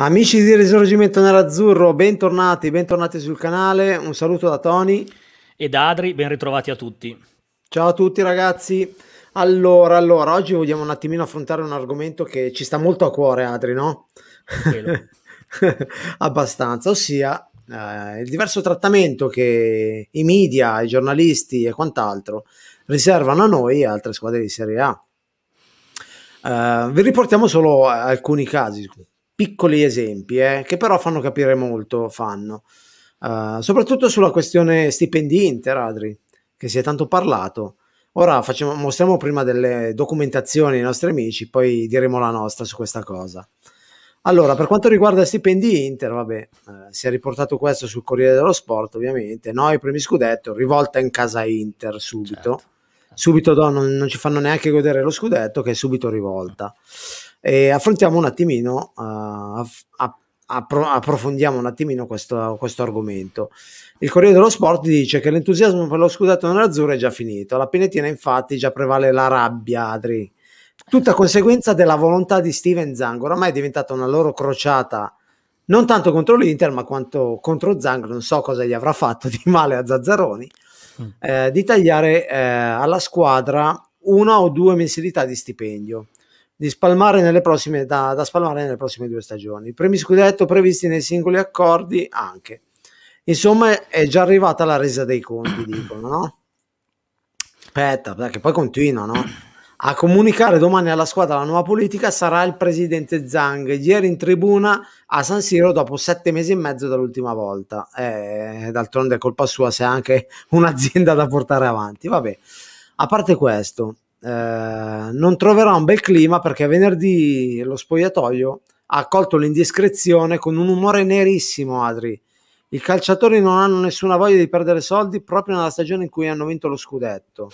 Amici di Risorgimento Nerazzurro, bentornati sul canale. Un saluto da Tony. E da Adri, ben ritrovati a tutti. Ciao a tutti ragazzi. Allora, oggi vogliamo un attimino affrontare un argomento che ci sta molto a cuore, Adri, no? Un pelo. Abbastanza, ossia il diverso trattamento che i media, i giornalisti e quant'altro riservano a noi e altre squadre di Serie A. Vi riportiamo solo alcuni casi, piccoli esempi, che però fanno capire molto, soprattutto sulla questione stipendi Inter, Adri, che si è tanto parlato. Ora mostriamo prima delle documentazioni ai nostri amici, poi diremo la nostra su questa cosa. Allora, per quanto riguarda stipendi Inter, vabbè, si è riportato questo sul Corriere dello Sport, ovviamente. Noi, primi scudetto, rivolta in casa Inter subito. Certo. Subito non ci fanno neanche godere lo scudetto, che è subito rivolta. E affrontiamo un attimino, approfondiamo un attimino questo argomento. Il Corriere dello Sport dice che l'entusiasmo per lo scudetto nerazzurro è già finito. Alla Pinetina, infatti, già prevale la rabbia, Adri. Tutta conseguenza della volontà di Steven Zang. Ormai è diventata una loro crociata non tanto contro l'Inter, ma quanto contro Zang. Non so cosa gli avrà fatto di male a Zazzaroni, di tagliare alla squadra 1 o 2 mensilità di stipendio, di spalmare da spalmare nelle prossime 2 stagioni. I premi scudetto previsti nei singoli accordi anche. Insomma, è già arrivata la resa dei conti, dicono, no? Aspetta, perché poi continua, no? A comunicare domani alla squadra la nuova politica sarà il presidente Zang, ieri in tribuna a San Siro dopo 7 mesi e mezzo dall'ultima volta. D'altronde è colpa sua se ha anche un'azienda da portare avanti. Vabbè, a parte questo, non troverà un bel clima perché venerdì lo spogliatoio ha accolto l'indiscrezione con un umore nerissimo, Adri. I calciatori non hanno nessuna voglia di perdere soldi proprio nella stagione in cui hanno vinto lo scudetto.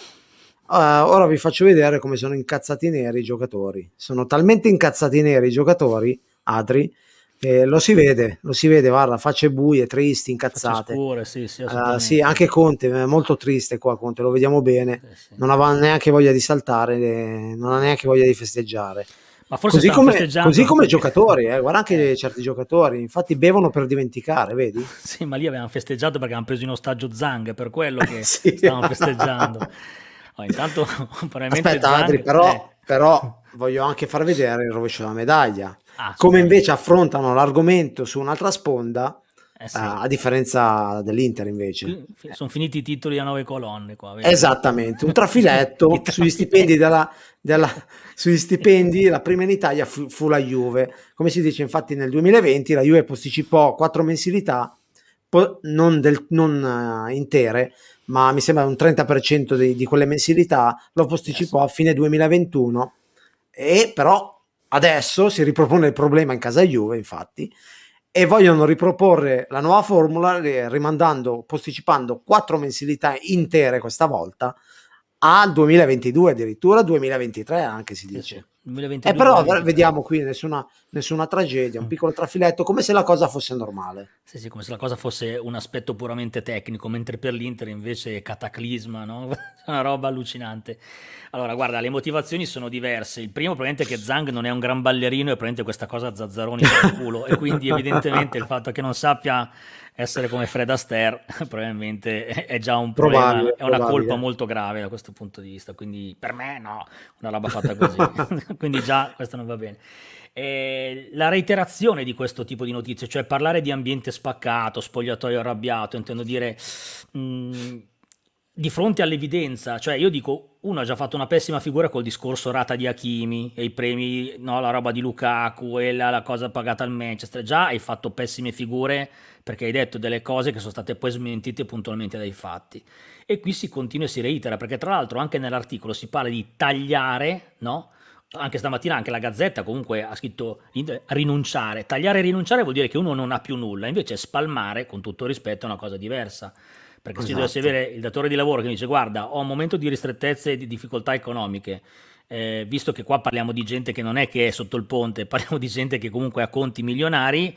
Ora vi faccio vedere come sono incazzati neri i giocatori. Sono talmente incazzati neri i giocatori, Adri, che lo si vede, guarda, facce buie, tristi, incazzate. Scure, sì, Sì, anche Conte è molto triste qua, Conte, lo vediamo bene. Sì. Non aveva neanche voglia di saltare, non ha neanche voglia di festeggiare. Ma forse Così come i perché... giocatori, guarda anche certi giocatori, infatti bevono per dimenticare, vedi? Sì, ma lì avevano festeggiato perché hanno preso in ostaggio Zang, per quello che Sì. stavano festeggiando. Intanto probabilmente Aspetta, Zang... Adri, però voglio anche far vedere il rovescio della medaglia. Come assolutamente. invece affrontano l'argomento su un'altra sponda, Sì. a differenza dell'Inter invece. Sono finiti i titoli a 9 colonne qua, vedi? Esattamente, un trafiletto sugli stipendi sugli stipendi, la prima in Italia fu la Juve. Come si dice, infatti nel 2020 la Juve posticipò 4 mensilità, non intere, ma mi sembra un 30% di quelle mensilità lo posticipò a fine 2021, e però adesso si ripropone il problema in casa Juve, infatti, e vogliono riproporre la nuova formula posticipando 4 mensilità intere questa volta al 2022, addirittura 2023 anche si dice. Sì. 2022, Però 2023. vediamo qui nessuna tragedia, un piccolo trafiletto, come se la cosa fosse normale. Sì, come se la cosa fosse un aspetto puramente tecnico, mentre per l'Inter invece è cataclisma, no? Una roba allucinante. Allora, guarda, le motivazioni sono diverse. Il primo probabilmente è che Zang non è un gran ballerino e probabilmente questa cosa Zazzaroni fa culo, e quindi evidentemente il fatto che non sappia essere come Fred Astaire probabilmente è già un problema, è una colpa molto grave da questo punto di vista, quindi per me no, una roba fatta così, quindi già questo non va bene. La reiterazione di questo tipo di notizie, cioè parlare di ambiente spaccato, spogliatoio arrabbiato, intendo dire di fronte all'evidenza, cioè io dico, uno ha già fatto una pessima figura col discorso rata di Hakimi e i premi, no, la roba di Lukaku e la cosa pagata al Manchester, già hai fatto pessime figure perché hai detto delle cose che sono state poi smentite puntualmente dai fatti, e qui si continua e si reitera, perché tra l'altro anche nell'articolo si parla di tagliare, no? Anche stamattina anche la Gazzetta comunque ha scritto rinunciare. Tagliare e rinunciare vuol dire che uno non ha più nulla, invece spalmare, con tutto rispetto, è una cosa diversa. Perché se dovesse avere il datore di lavoro che mi dice guarda, ho un momento di ristrettezze e di difficoltà economiche, visto che qua parliamo di gente che non è che è sotto il ponte, parliamo di gente che comunque ha conti milionari,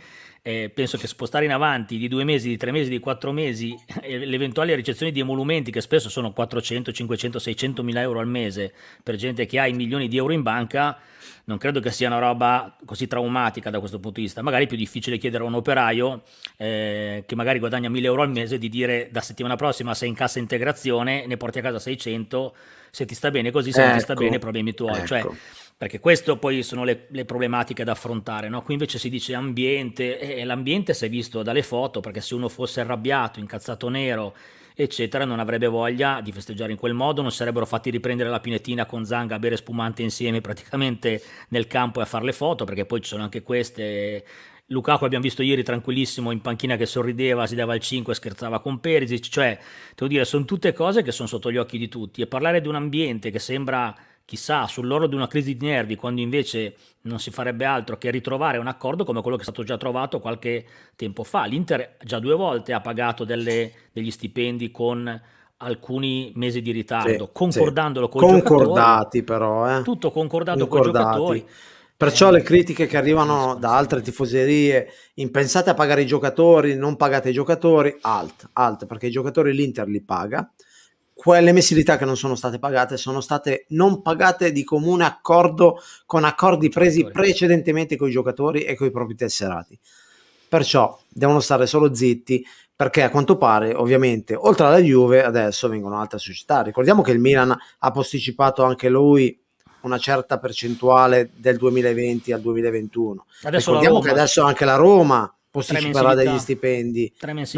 penso che spostare in avanti di 2 mesi, di 3 mesi, di 4 mesi, le eventuali ricezioni di emolumenti che spesso sono 400, 500, 600 mila euro al mese per gente che ha i milioni di euro in banca, non credo che sia una roba così traumatica da questo punto di vista. Magari è più difficile chiedere a un operaio che magari guadagna 1000 euro al mese di dire da settimana prossima sei in cassa integrazione, ne porti a casa 600, se ti sta bene così, se non ti sta bene problemi tuoi. Cioè, perché questo poi sono le problematiche da affrontare, no? Qui invece si dice ambiente, e l'ambiente si è visto dalle foto, perché se uno fosse arrabbiato, incazzato nero, eccetera, non avrebbe voglia di festeggiare in quel modo, non sarebbero fatti riprendere la pinettina con Zanga a bere spumante insieme praticamente nel campo e a fare le foto, perché poi ci sono anche queste. Lukaku abbiamo visto ieri tranquillissimo in panchina che sorrideva, si dava il 5 e scherzava con Perisic, cioè devo dire sono tutte cose che sono sotto gli occhi di tutti, e parlare di un ambiente che sembra chissà sull'orlo di una crisi di nervi quando invece non si farebbe altro che ritrovare un accordo come quello che è stato già trovato qualche tempo fa. L'Inter già 2 volte ha pagato degli stipendi con alcuni mesi di ritardo, concordandolo con i giocatori, però, tutto concordato con i giocatori. Perciò le critiche che arrivano da altre tifoserie, impensate a pagare i giocatori, non pagate i giocatori, alt, perché i giocatori l'Inter li paga. Quelle mensilità che non sono state pagate sono state non pagate di comune accordo, con accordi presi precedentemente con i giocatori e con i propri tesserati. Perciò devono stare solo zitti, perché a quanto pare ovviamente oltre alla Juve adesso vengono altre società. Ricordiamo che il Milan ha posticipato anche lui una certa percentuale del 2020 al 2021. Adesso ricordiamo che adesso anche la Roma posticiperà degli stipendi,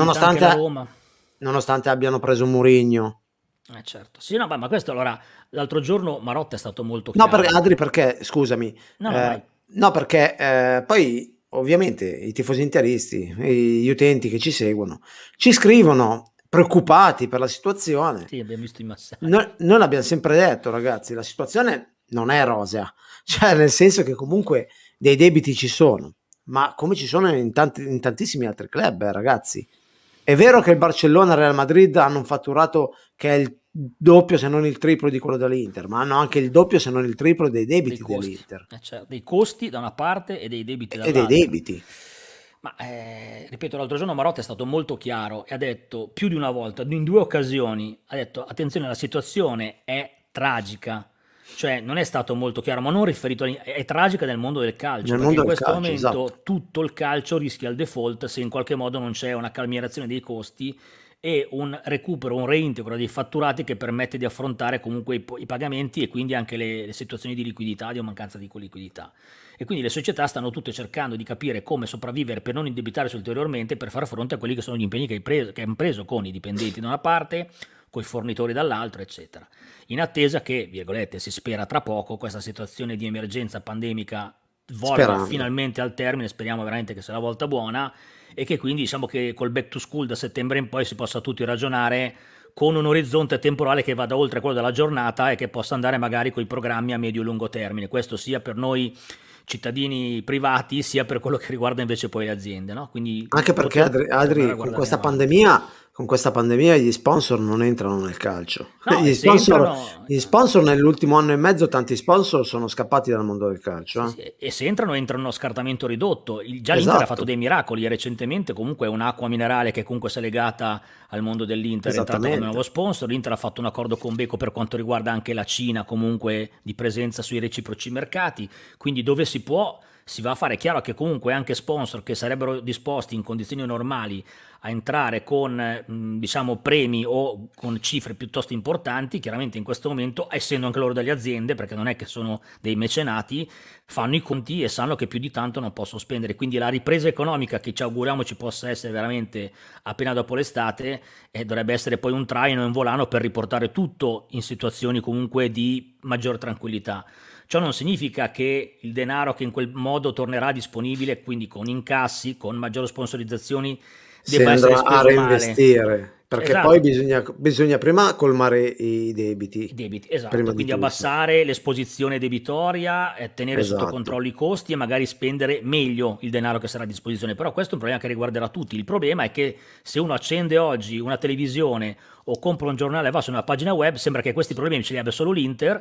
nonostante abbiano preso Mourinho. Certo, sì, no, ma questo allora l'altro giorno Marotta è stato molto chiaro. No, Adri, perché scusami, no, perché poi ovviamente i tifosi interisti, gli utenti che ci seguono, ci scrivono preoccupati per la situazione. Sì, abbiamo visto i massaggi. Noi l'abbiamo sempre detto, ragazzi, la situazione non è rosea, cioè nel senso che comunque dei debiti ci sono, ma come ci sono in tantissimi altri club, ragazzi. È vero che il Barcellona e il Real Madrid hanno un fatturato che è il doppio se non il triplo di quello dell'Inter, ma hanno anche il doppio se non il triplo dei debiti dell'Inter. Cioè, dei costi da una parte e dei debiti dall'altra. E dei debiti. Ma ripeto, l'altro giorno Marotta è stato molto chiaro e ha detto più di una volta, in 2 occasioni, ha detto attenzione, la situazione è tragica. Cioè non è stato molto chiaro, ma non riferito è tragica nel mondo del calcio, perché in questo momento tutto il calcio rischia il default se in qualche modo non c'è una calmierazione dei costi e un recupero, un reintegro dei fatturati che permette di affrontare comunque i pagamenti e quindi anche le situazioni di liquidità, di mancanza di liquidità. E quindi le società stanno tutte cercando di capire come sopravvivere per non indebitarsi ulteriormente, per far fronte a quelli che sono gli impegni che hanno preso con i dipendenti da una parte, con i fornitori dall'altro, eccetera. In attesa che, virgolette, si spera tra poco, questa situazione di emergenza pandemica volga finalmente al termine, speriamo veramente che sia la volta buona, e che quindi diciamo che col back to school da settembre in poi si possa tutti ragionare con un orizzonte temporale che vada oltre quello della giornata e che possa andare magari con i programmi a medio-lungo termine. Questo sia per noi cittadini privati sia per quello che riguarda invece poi le aziende, no? Quindi anche perché Adri con questa pandemia gli sponsor non entrano nel calcio. No, gli sponsor nell'ultimo anno e mezzo tanti sponsor sono scappati dal mondo del calcio. Sì, e se entrano a scartamento ridotto. Già l'Inter ha fatto dei miracoli recentemente, comunque un'acqua minerale che comunque si è legata al mondo dell'Inter è entrata come nuovo sponsor. L'Inter ha fatto un accordo con Beko per quanto riguarda anche la Cina, comunque di presenza sui reciproci mercati, quindi dove si può si va a fare. È chiaro che comunque anche sponsor che sarebbero disposti in condizioni normali a entrare con diciamo premi o con cifre piuttosto importanti, chiaramente in questo momento, essendo anche loro delle aziende, perché non è che sono dei mecenati, fanno i conti e sanno che più di tanto non possono spendere. Quindi la ripresa economica che ci auguriamo ci possa essere veramente appena dopo l'estate dovrebbe essere poi un traino e un volano per riportare tutto in situazioni comunque di maggior tranquillità. Ciò non significa che il denaro che in quel modo tornerà disponibile, quindi con incassi, con maggiori sponsorizzazioni, debba essere speso a reinvestire, perché poi bisogna prima colmare i debiti. Esatto, quindi abbassare l'esposizione debitoria, tenere sotto controllo i costi e magari spendere meglio il denaro che sarà a disposizione. Però questo è un problema che riguarderà tutti. Il problema è che se uno accende oggi una televisione o compra un giornale e va su una pagina web, sembra che questi problemi ce li abbia solo l'Inter,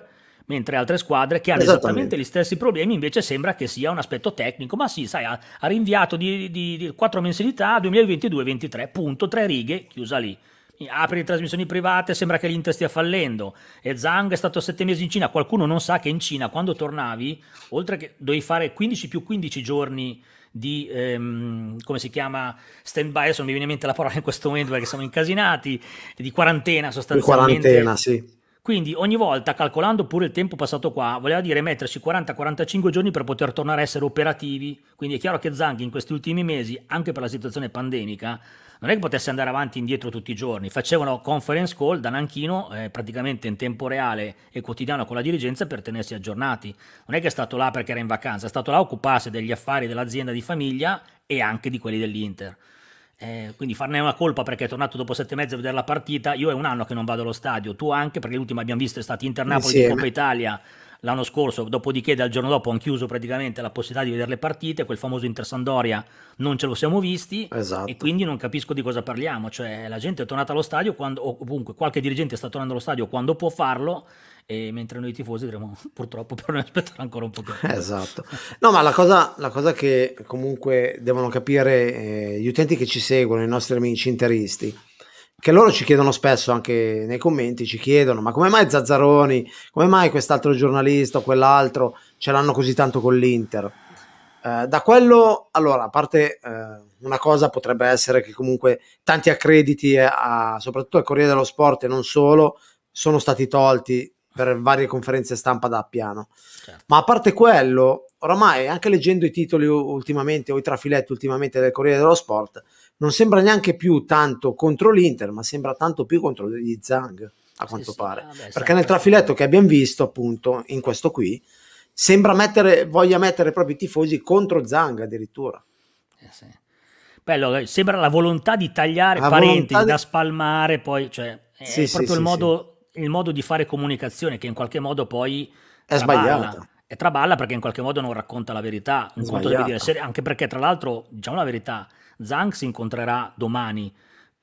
mentre altre squadre che hanno esattamente gli Esattamente. stessi problemi invece sembra che sia un aspetto tecnico, ma sì, sai, ha rinviato di 4 mensilità 2022-23, punto, 3 righe, chiusa lì. Apri le trasmissioni private, sembra che l'Inter stia fallendo. E Zhang è stato 7 mesi in Cina. Qualcuno non sa che in Cina, quando tornavi, oltre che dovevi fare 15 più 15 giorni di, come si chiama, stand by, adesso non mi viene in mente la parola in questo momento perché siamo incasinati, di quarantena Di quarantena, sostanzialmente. sì. Quindi ogni volta, calcolando pure il tempo passato qua, voleva dire metterci 40-45 giorni per poter tornare a essere operativi. Quindi è chiaro che Zhang in questi ultimi mesi, anche per la situazione pandemica, non è che potesse andare avanti e indietro tutti i giorni. Facevano conference call da Nanchino praticamente in tempo reale e quotidiano con la dirigenza per tenersi aggiornati. Non è che è stato là perché era in vacanza, è stato là a occuparsi degli affari dell'azienda di famiglia e anche di quelli dell'Inter. Quindi farne una colpa perché è tornato dopo 7 mesi a vedere la partita. Io è un anno che non vado allo stadio, tu anche, perché l'ultima abbiamo visto è stato Inter-Napoli di Coppa Insieme. Italia l'anno scorso, dopodiché dal giorno dopo hanno chiuso praticamente la possibilità di vedere le partite, quel famoso Inter-Sandoria non ce lo siamo visti e Esatto. quindi non capisco di cosa parliamo, cioè la gente è tornata allo stadio quando, o comunque qualche dirigente sta tornando allo stadio quando può farlo, e mentre noi tifosi dovremo purtroppo per noi aspettare ancora un pochetto. Esatto. No, ma la cosa che comunque devono capire gli utenti che ci seguono, i nostri amici interisti, che loro ci chiedono spesso anche nei commenti, ci chiedono, ma come mai Zazzaroni, come mai quest'altro giornalista o quell'altro ce l'hanno così tanto con l'Inter? Da quello, allora, a parte una cosa potrebbe essere che comunque tanti accrediti, soprattutto al Corriere dello Sport e non solo, sono stati tolti per varie conferenze stampa da Appiano. Certo. Ma a parte quello, oramai anche leggendo i titoli ultimamente o i trafiletti ultimamente del Corriere dello Sport, non sembra neanche più tanto contro l'Inter, ma sembra tanto più contro gli Zhang, a Sì, quanto sì, pare. vabbè, Perché sai, nel trafiletto che abbiamo visto, appunto, in questo qui, sembra voglia mettere proprio i tifosi contro Zhang addirittura. sì. Bello, sembra la volontà di tagliare La volontà parentesi di... da spalmare, poi, cioè, Sì, è sì, proprio sì, sì. il modo di fare comunicazione che in qualche modo poi È traballa. sbagliata, E traballa perché in qualche modo non racconta la verità. è Un conto deve dire, sbagliata. anche perché tra l'altro, diciamo la verità, Zhang si incontrerà domani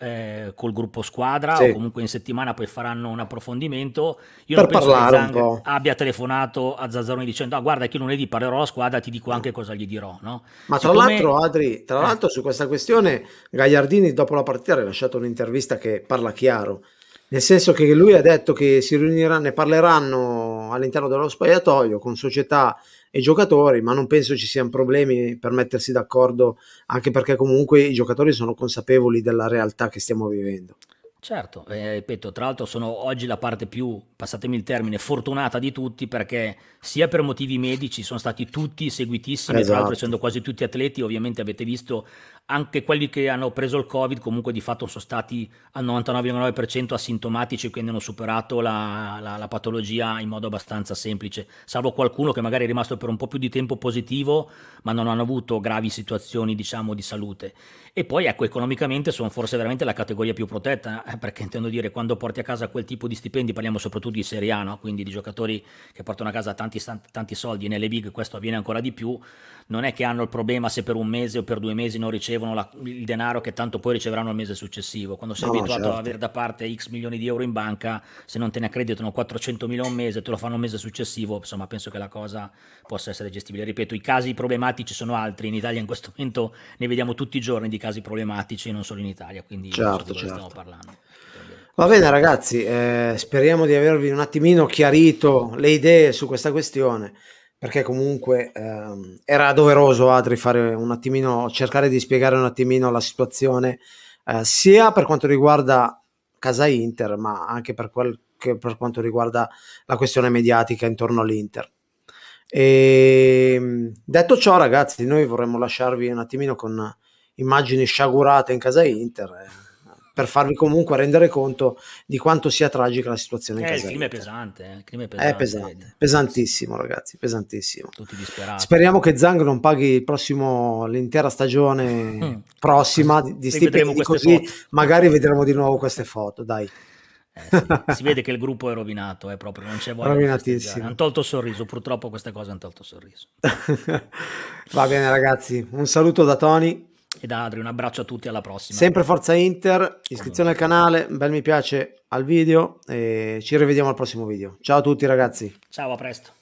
col gruppo squadra o Sì, comunque in settimana poi faranno un approfondimento. Io non per penso che parlare un Zhang po'. abbia telefonato a Zazzaroni dicendo ah, guarda che io lunedì parlerò alla squadra, ti dico anche cosa gli dirò, no? Ma tra l'altro, Siccome... Adri, tra Eh, l'altro su questa questione Gagliardini dopo la partita ha rilasciato un'intervista che parla chiaro, nel senso che lui ha detto che si riuniranno, ne parleranno all'interno dello spogliatoio con società e giocatori, ma non penso ci siano problemi per mettersi d'accordo, anche perché comunque i giocatori sono consapevoli della realtà che stiamo vivendo. certo, ripeto, tra l'altro sono oggi la parte più, passatemi il termine, fortunata di tutti perché sia per motivi medici sono stati tutti seguitissimi, e tra l'altro Esatto, essendo quasi tutti atleti, ovviamente avete visto anche quelli che hanno preso il Covid, comunque di fatto sono stati al 99,9% asintomatici, quindi hanno superato la patologia in modo abbastanza semplice, salvo qualcuno che magari è rimasto per un po' più di tempo positivo, ma non hanno avuto gravi situazioni, diciamo, di salute. E poi ecco, economicamente sono forse veramente la categoria più protetta, perché intendo dire, quando porti a casa quel tipo di stipendi, parliamo soprattutto di Serie A, no? Quindi di giocatori che portano a casa tanti soldi, nelle big questo avviene ancora di più, non è che hanno il problema se per un mese o per 2 mesi non ricevono il denaro che tanto poi riceveranno il mese successivo. Quando sei no, no, abituato ad certo, avere da parte X milioni di euro in banca, se non te ne accreditano 400.000 un mese, te lo fanno un mese successivo, insomma penso che la cosa possa essere gestibile. Ripeto, i casi problematici sono altri, in Italia in questo momento ne vediamo tutti i giorni di casi problematici, non solo in Italia, quindi non so di certo, cosa stiamo certo. parlando. Va Questo bene è poco. ragazzi, speriamo di avervi un attimino chiarito le idee su questa questione, perché comunque era doveroso Adri fare un attimino, cercare di spiegare un attimino la situazione, sia per quanto riguarda casa Inter, ma anche che per quanto riguarda la questione mediatica intorno all'Inter. E, detto ciò, ragazzi, noi vorremmo lasciarvi un attimino con immagini sciagurate in casa Inter, per farvi comunque rendere conto di quanto sia tragica la situazione in Il casa clima è Inter. pesante, il clima è È pesante. pesante, Sì, sì, pesantissimo, ragazzi, pesantissimo. tutti disperati. Speriamo che Zhang non paghi l'intera stagione prossima di Poi vedremo stipendi, queste così foto. magari vedremo di nuovo queste foto, dai. Sì, si vede che il gruppo è rovinato, proprio non c'è voglia di festeggiare. Hanno Rovinatissimo. tolto il sorriso, purtroppo queste cose hanno tolto il sorriso. Va bene, ragazzi, un saluto da Tony. E da Adri, un abbraccio a tutti, alla prossima. Sempre Forza Inter, iscrizione al canale, un bel mi piace al video e ci rivediamo al prossimo video. Ciao a tutti ragazzi. Ciao, a presto.